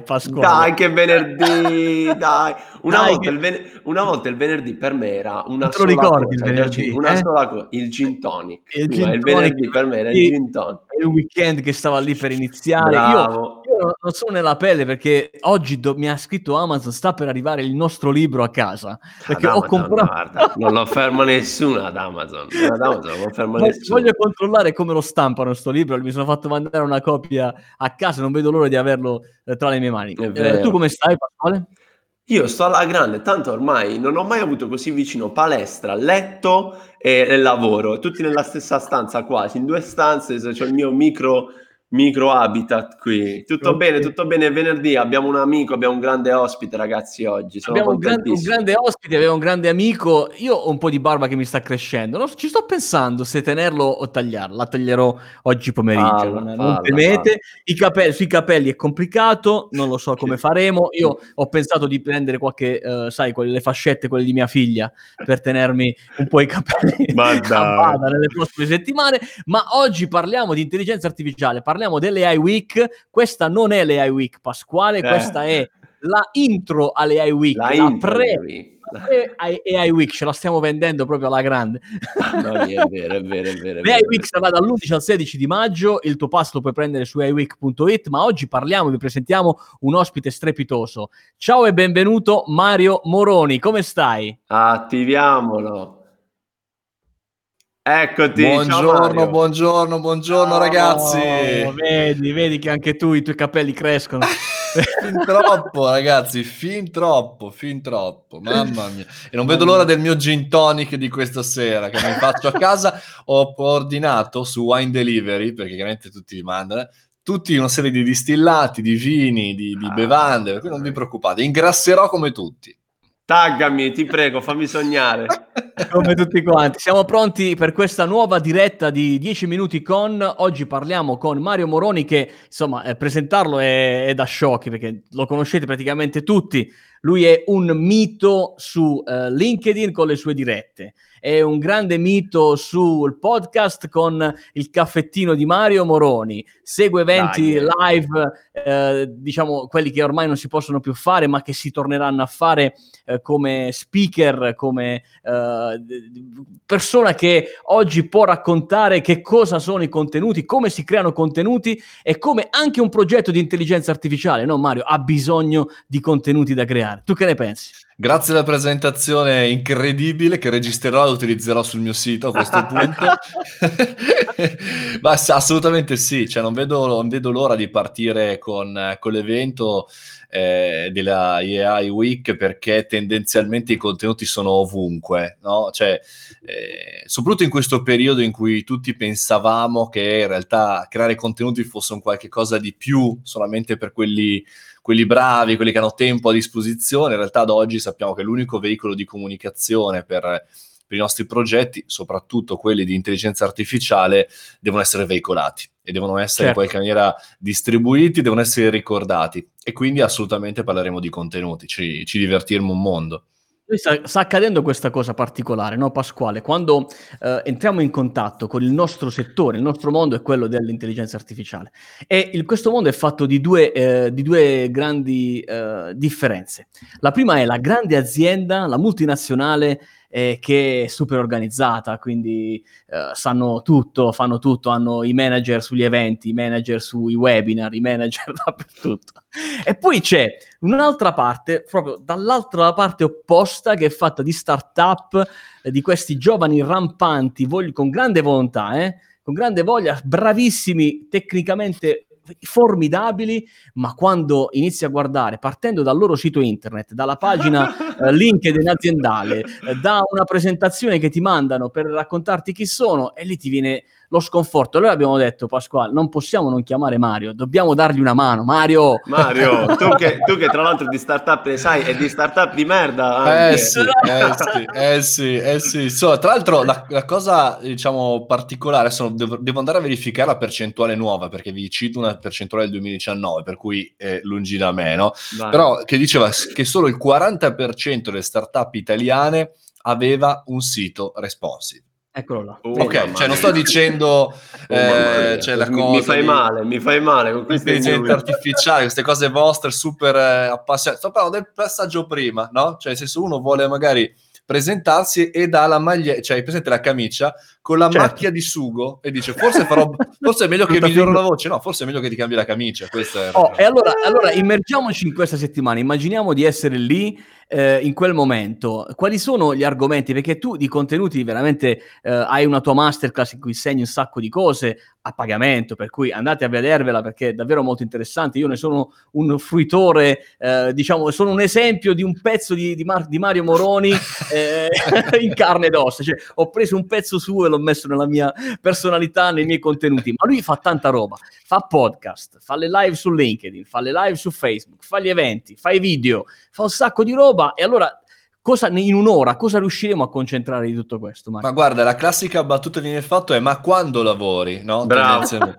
Pasquale. Dai, che venerdì, dai. Una Dai, volta il venerdì per me era una te lo sola ricordi il cosa, venerdì? una sola cosa, il gin tonic. Il Prima gin il tonic, venerdì per me era il gin tonic. il weekend che stava lì per iniziare. Io Bravo. non sono nella pelle perché oggi mi ha scritto Amazon, sta per arrivare il nostro libro a casa, Ad perché ho Amazon, comprato guarda, non lo ferma nessuno ad Amazon. Ad Amazon non lo ferma nessuno. voglio controllare come lo stampano sto libro, mi sono fatto mandare una copia a casa, non vedo l'ora di averlo tra le mie mani. È Tu vero. come stai, Pasquale? Io sto alla grande, tanto ormai non ho mai avuto così vicino palestra, letto e lavoro, tutti nella stessa stanza quasi, in 2 stanze, c'ho il mio micro habitat qui. Tutto bene, è venerdì, abbiamo un amico, abbiamo un grande ospite ragazzi oggi, sono Abbiamo un contentissimo. grande ospite, abbiamo un grande amico. Io ho un po' di barba che mi sta crescendo. Ci sto pensando se tenerlo o tagliarla. La taglierò oggi pomeriggio. Non Falla. temete. Sui capelli è complicato, non lo so come faremo. Io ho pensato di prendere qualche, sai, le fascette, quelle di mia figlia, per tenermi un po' i capelli Ma a dai. bada nelle prossime settimane. Ma oggi parliamo di intelligenza artificiale, parliamo dell'AI Week. Questa non è l'AI Week, Pasquale, questa è la intro alle AI Week, La la intro alle week. pre-AI Week, ce la stiamo vendendo proprio alla grande. Mamma mia, è vero, è vero, è vero, è L'AI vero. Week sarà dall'11 al 16 di maggio, il tuo pass lo puoi prendere su aiweek.it, ma oggi vi presentiamo un ospite strepitoso. Ciao e benvenuto Mario Moroni, come stai? Attiviamolo. Eccoti, ciao Buongiorno, Mario. buongiorno ragazzi. Oh, vedi che anche tu i tuoi capelli crescono. Fin troppo ragazzi, fin troppo, mamma mia. E non vedo l'ora del mio gin tonic di questa sera che mi faccio a casa. Ho ordinato su Wine Delivery, perché chiaramente tutti li mandano, tutti una serie di distillati, di vini, di bevande, per cui non vi preoccupate, ingrasserò come tutti. Taggami, ti prego, fammi sognare. Come tutti quanti. Siamo pronti per questa nuova diretta di 10 minuti con. Oggi parliamo con Mario Moroni che, insomma, presentarlo è da sciocchi perché lo conoscete praticamente tutti. Lui è un mito su LinkedIn con le sue dirette. È un grande mito sul podcast con il caffettino di Mario Moroni. Segue eventi live, diciamo quelli che ormai non si possono più fare, ma che si torneranno a fare come speaker, come persona che oggi può raccontare che cosa sono i contenuti, come si creano contenuti e come anche un progetto di intelligenza artificiale, no Mario, ha bisogno di contenuti da creare. Tu che ne pensi? Grazie della presentazione incredibile che registrerò e utilizzerò sul mio sito a questo punto. Ma assolutamente sì, cioè non vedo l'ora di partire con l'evento della AI Week, perché tendenzialmente i contenuti sono ovunque, no? Cioè, soprattutto in questo periodo in cui tutti pensavamo che in realtà creare contenuti fosse un qualche cosa di più solamente per quelli bravi, quelli che hanno tempo a disposizione. In realtà ad oggi sappiamo che l'unico veicolo di comunicazione per i nostri progetti, soprattutto quelli di intelligenza artificiale, devono essere veicolati e devono essere in qualche maniera distribuiti, devono essere ricordati, e quindi assolutamente parleremo di contenuti, ci divertiremo un mondo. Sta accadendo questa cosa particolare, no Pasquale? Quando entriamo in contatto con il nostro settore, il nostro mondo è quello dell'intelligenza artificiale e questo mondo è fatto di due grandi differenze. La prima è la grande azienda, la multinazionale che è super organizzata, quindi sanno tutto, fanno tutto, hanno i manager sugli eventi, i manager sui webinar, i manager dappertutto. E poi c'è un'altra parte, proprio dall'altra parte opposta, che è fatta di start-up, di questi giovani rampanti, con grande volontà, con grande voglia, bravissimi, tecnicamente formidabili, ma quando inizi a guardare, partendo dal loro sito internet, dalla pagina LinkedIn aziendale, da una presentazione che ti mandano per raccontarti chi sono, e lì ti viene lo sconforto. Allora abbiamo detto, Pasquale, non possiamo non chiamare Mario, dobbiamo dargli una mano. Mario, tu che tra l'altro di startup ne sai, e di startup di merda anche. Sì. So, tra l'altro la cosa, diciamo, particolare, devo andare a verificare la percentuale nuova, perché vi cito una percentuale del 2019, per cui è lungi da me, no? Vai. Però che diceva che solo il 40% delle startup italiane aveva un sito responsive. Eccolo là. Oh, Vedi? Ok, cioè non sto dicendo mamma mia. c'è la Mi cosa fai di male, mi fai male con queste intelligenza artificiale, queste cose vostre super appassionate. Sto parlando del passaggio prima, no? Cioè, nel senso, uno vuole magari presentarsi e dà la maglia, cioè, hai presente la camicia con la Certo. macchia di sugo e dice forse è meglio che Brutta miglioro figura. la voce, no, forse è meglio che ti cambi la camicia. Questo è il Oh, e ragionamento. allora immergiamoci in questa settimana, immaginiamo di essere lì in quel momento. Quali sono gli argomenti? Perché tu di contenuti veramente hai una tua masterclass in cui insegni un sacco di cose a pagamento, per cui andate a vedervela perché è davvero molto interessante. Io ne sono un fruitore, diciamo, sono un esempio di un pezzo di Mario Moroni in carne ed ossa. Cioè, ho preso un pezzo suo e l'ho messo nella mia personalità, nei miei contenuti, ma lui fa tanta roba, fa podcast, fa le live su LinkedIn, fa le live su Facebook, fa gli eventi, fa i video, fa un sacco di roba. E allora in un'ora cosa riusciremo a concentrare di tutto questo, Mario? Ma guarda, la classica battuta che viene fatto è ma quando lavori, no? Bravo. Tendenzialmente.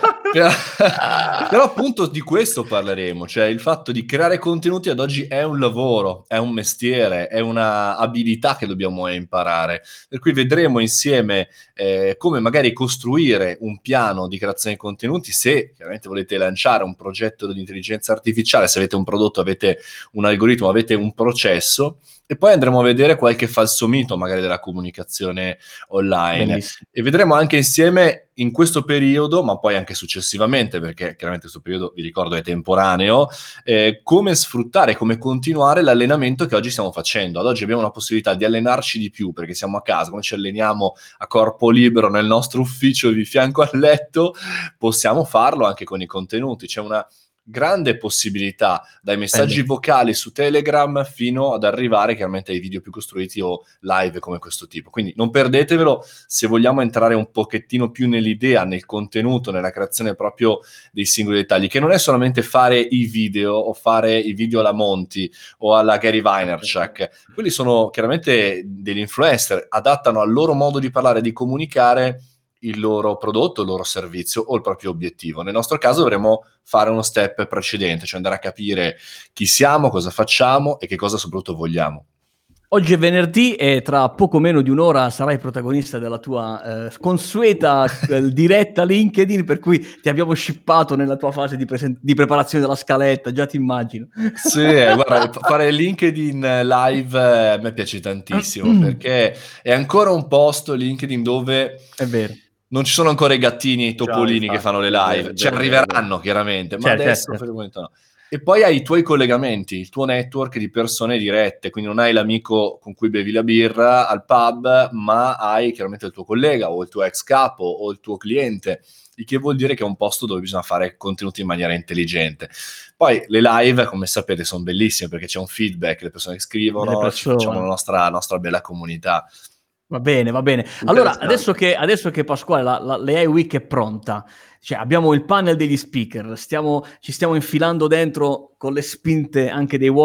Però appunto di questo parleremo, cioè il fatto di creare contenuti ad oggi è un lavoro, è un mestiere, è una abilità che dobbiamo imparare, per cui vedremo insieme come magari costruire un piano di creazione di contenuti, se chiaramente volete lanciare un progetto di intelligenza artificiale, se avete un prodotto, avete un algoritmo, avete un processo, e poi andremo a vedere qualche falso mito magari della comunicazione online. Bellissimo. E vedremo anche insieme in questo periodo, ma poi anche successivamente, perché chiaramente questo periodo, vi ricordo, è temporaneo, come sfruttare, come continuare l'allenamento che oggi stiamo facendo. Ad oggi abbiamo la possibilità di allenarci di più perché siamo a casa, come ci alleniamo a corpo libero nel nostro ufficio di fianco al letto, possiamo farlo anche con i contenuti. C'è una grande possibilità, dai messaggi vocali su Telegram fino ad arrivare chiaramente ai video più costruiti o live come questo tipo. Quindi non perdetevelo se vogliamo entrare un pochettino più nell'idea, nel contenuto, nella creazione proprio dei singoli dettagli, che non è solamente fare i video o fare i video alla Monti o alla Gary Vaynerchuk. Quelli sono chiaramente degli influencer, adattano al loro modo di parlare e di comunicare il loro prodotto, il loro servizio o il proprio obiettivo. Nel nostro caso dovremo fare uno step precedente, cioè andare a capire chi siamo, cosa facciamo e che cosa soprattutto vogliamo. Oggi è venerdì e tra poco meno di un'ora sarai protagonista della tua consueta diretta LinkedIn, per cui ti abbiamo shippato nella tua fase di preparazione della scaletta, già ti immagino. Sì, guarda, fare LinkedIn live a me piace tantissimo, perché è ancora un posto LinkedIn dove È vero. non ci sono ancora i gattini e i topolini infatti, che fanno le è live, vero, ci è vero, arriveranno chiaramente, ma Certo, adesso certo. per il momento no. E poi hai i tuoi collegamenti, il tuo network di persone dirette, quindi non hai l'amico con cui bevi la birra al pub, ma hai chiaramente il tuo collega o il tuo ex capo o il tuo cliente, il che vuol dire che è un posto dove bisogna fare contenuti in maniera intelligente. Poi le live, come sapete, sono bellissime perché c'è un feedback, le persone che scrivono, ci facciamo la nostra bella comunità. Va bene, va bene. Allora, adesso che Pasquale, l'AI Week è pronta, cioè abbiamo il panel degli speaker, ci stiamo infilando dentro con le spinte anche dei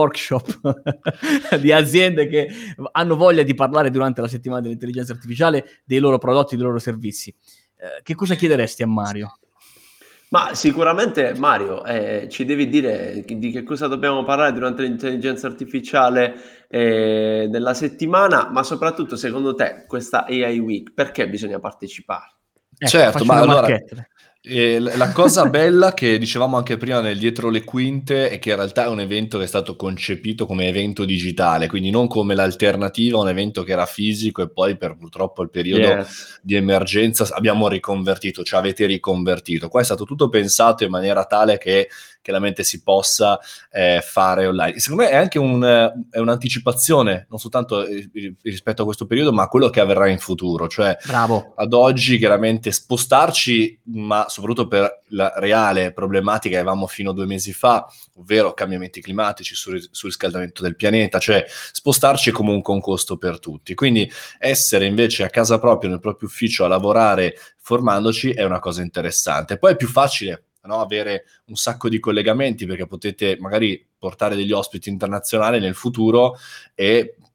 workshop di aziende che hanno voglia di parlare durante la settimana dell'intelligenza artificiale dei loro prodotti, dei loro servizi. Che cosa chiederesti a Mario? Ma sicuramente Mario, ci devi dire di che cosa dobbiamo parlare durante l'intelligenza artificiale della settimana, ma soprattutto secondo te questa AI Week, perché bisogna partecipare? Ecco, Certo, faccio ma una allora marchetta. la cosa bella che dicevamo anche prima nel dietro le quinte è che in realtà è un evento che è stato concepito come evento digitale, quindi non come l'alternativa a un evento che era fisico e poi per purtroppo il periodo di emergenza abbiamo riconvertito, cioè avete riconvertito. Qua è stato tutto pensato in maniera tale che chiaramente si possa fare online. Secondo me è anche è un'anticipazione, non soltanto rispetto a questo periodo, ma a quello che avverrà in futuro. Cioè, Bravo. ad oggi chiaramente spostarci, ma soprattutto per la reale problematica che avevamo fino a 2 mesi fa, ovvero cambiamenti climatici, surriscaldamento del pianeta, cioè spostarci è comunque un costo per tutti. Quindi essere invece a casa propria, nel proprio ufficio, a lavorare formandoci è una cosa interessante. Poi è più facile, no, avere un sacco di collegamenti perché potete magari portare degli ospiti internazionali nel futuro e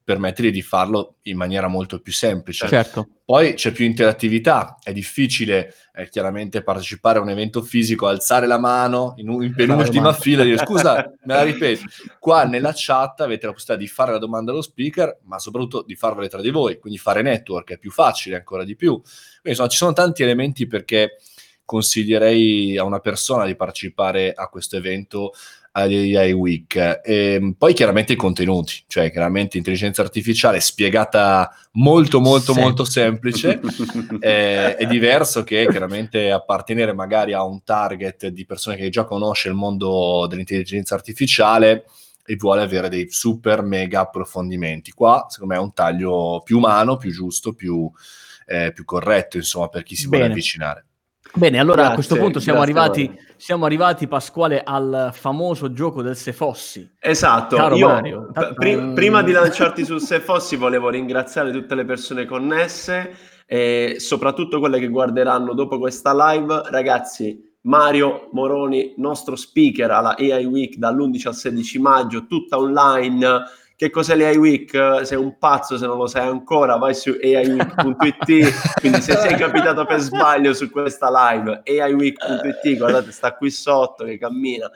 permettergli di farlo in maniera molto più semplice. Certo. Poi c'è più interattività, è difficile chiaramente partecipare a un evento fisico, alzare la mano in penultima fila e dire scusa, me la ripeti. Qua nella chat avete la possibilità di fare la domanda allo speaker, ma soprattutto di farvele tra di voi, quindi fare network è più facile ancora di più. Quindi insomma ci sono tanti elementi perché consiglierei a una persona di partecipare a questo evento AI Week. E poi chiaramente i contenuti, cioè chiaramente intelligenza artificiale spiegata molto semplice, è diverso che chiaramente appartenere magari a un target di persone che già conosce il mondo dell'intelligenza artificiale e vuole avere dei super mega approfondimenti. Qua secondo me è un taglio più umano, più giusto, più corretto, insomma, per chi si vuole avvicinare. Bene, allora a questo punto siamo arrivati, Pasquale, al famoso gioco del Se Fossi. Esatto, caro io Mario, prima di lanciarti sul Se Fossi volevo ringraziare tutte le persone connesse e soprattutto quelle che guarderanno dopo questa live. Ragazzi, Mario Moroni, nostro speaker alla AI Week dall'11 al 16 maggio, tutta online. Che cos'è l'AI Week? Sei un pazzo se non lo sai ancora, vai su aiweek.it, quindi se sei capitato per sbaglio su questa live, aiweek.it, guardate, sta qui sotto che cammina.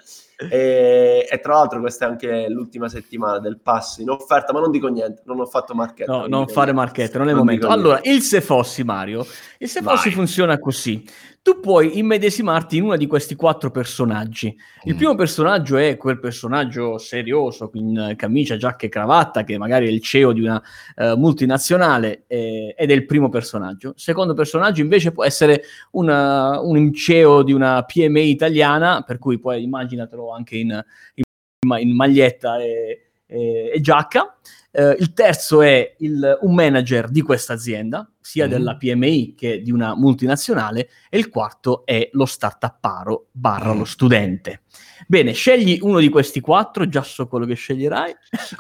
E tra l'altro questa è anche l'ultima settimana del pass in offerta, ma non dico niente, non ho fatto marchetto. No, non fare marchetto, non è il momento. Allora, il Se Fossi, Mario, il Se Fossi funziona così. Tu puoi immedesimarti in uno di questi 4 personaggi. Il primo personaggio è quel personaggio serioso, in camicia, giacca e cravatta, che magari è il CEO di una multinazionale, ed è il primo personaggio. Il secondo personaggio invece può essere un CEO di una PMI italiana, per cui poi immaginatelo anche in maglietta e giacca. Il terzo è un manager di questa azienda, sia della PMI che di una multinazionale, e il quarto è lo startupparo / lo studente. Bene, scegli uno di questi 4, già so quello che sceglierai.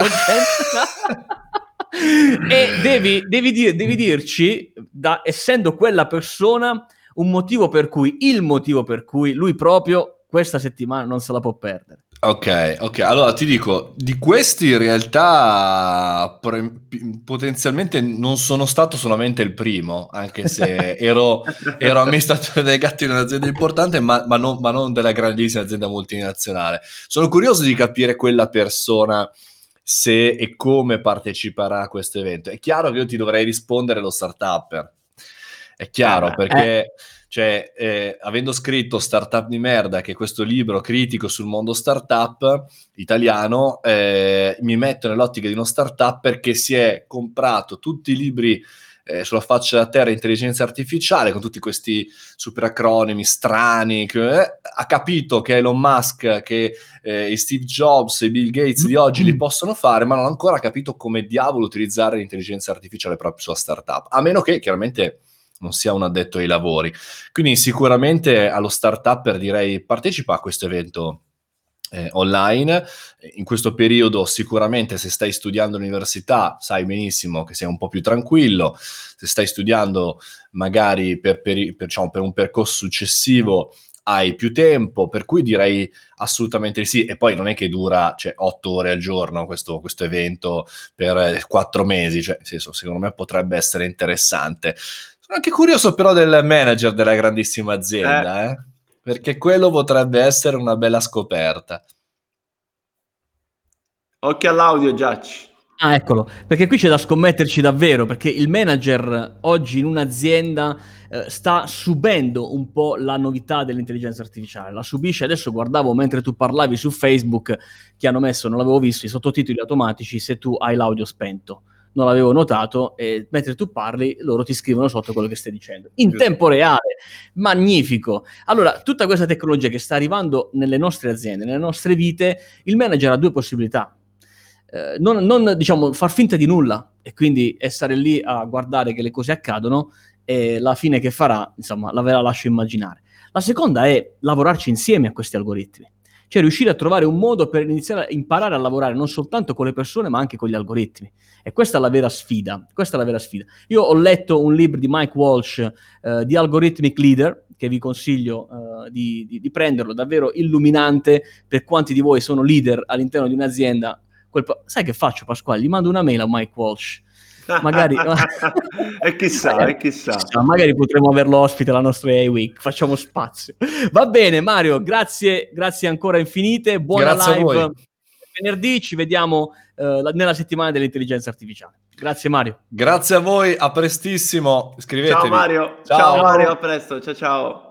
E devi dirci, essendo quella persona, il motivo per cui lui proprio questa settimana non se la può perdere. Ok, allora ti dico, di questi in realtà potenzialmente non sono stato solamente il primo, anche se ero amministratore delegato in un'azienda importante, ma non della grandissima azienda multinazionale. Sono curioso di capire quella persona se e come parteciperà a questo evento. È chiaro che io ti dovrei rispondere lo startupper, è chiaro, perché... Cioè, avendo scritto Startup di merda, che è questo libro critico sul mondo startup italiano, mi metto nell'ottica di uno startupper che si è comprato tutti i libri sulla faccia della terra intelligenza artificiale, con tutti questi super acronimi strani, ha capito che Elon Musk, che i Steve Jobs e Bill Gates di oggi li possono fare, ma non ha ancora capito come diavolo utilizzare l'intelligenza artificiale proprio sulla startup, a meno che chiaramente non sia un addetto ai lavori. Quindi sicuramente allo startupper direi partecipa a questo evento online. In questo periodo sicuramente, se stai studiando all'università, sai benissimo che sei un po' più tranquillo. Se stai studiando magari per un percorso successivo hai più tempo, per cui direi assolutamente sì. E poi non è che dura 8 ore al giorno questo evento per 4 mesi, cioè, secondo me potrebbe essere interessante. Sono anche curioso però del manager della grandissima azienda, perché quello potrebbe essere una bella scoperta. Occhio all'audio, Giacci. Ah, eccolo, perché qui c'è da scommetterci davvero, perché il manager oggi in un'azienda sta subendo un po' la novità dell'intelligenza artificiale, la subisce. Adesso guardavo mentre tu parlavi su Facebook che hanno messo, non l'avevo visto, i sottotitoli automatici se tu hai l'audio spento. Non l'avevo notato, e mentre tu parli loro ti scrivono sotto quello che stai dicendo in tempo reale. Magnifico. Allora, tutta questa tecnologia che sta arrivando nelle nostre aziende, nelle nostre vite, il manager ha 2 possibilità: non diciamo far finta di nulla e quindi stare lì a guardare che le cose accadono, e la fine che farà, insomma, ve la lascio immaginare. La seconda è lavorarci insieme a questi algoritmi, cioè riuscire a trovare un modo per iniziare a imparare a lavorare non soltanto con le persone ma anche con gli algoritmi. E questa è la vera sfida. Io ho letto un libro di Mike Walsh, di Algorithmic Leader, che vi consiglio di prenderlo, davvero illuminante per quanti di voi sono leader all'interno di un'azienda. sai che faccio, Pasquale? Gli mando una mail a Mike Walsh. Magari e chissà, magari potremo averlo ospite alla nostra AI Week. Facciamo spazio. Va bene, Mario, grazie ancora infinite. Buona live venerdì. Ci vediamo nella settimana dell'intelligenza artificiale. Grazie, Mario. Grazie a voi, a prestissimo. Iscrivetevi. Ciao Mario, ciao Mario, a presto, ciao.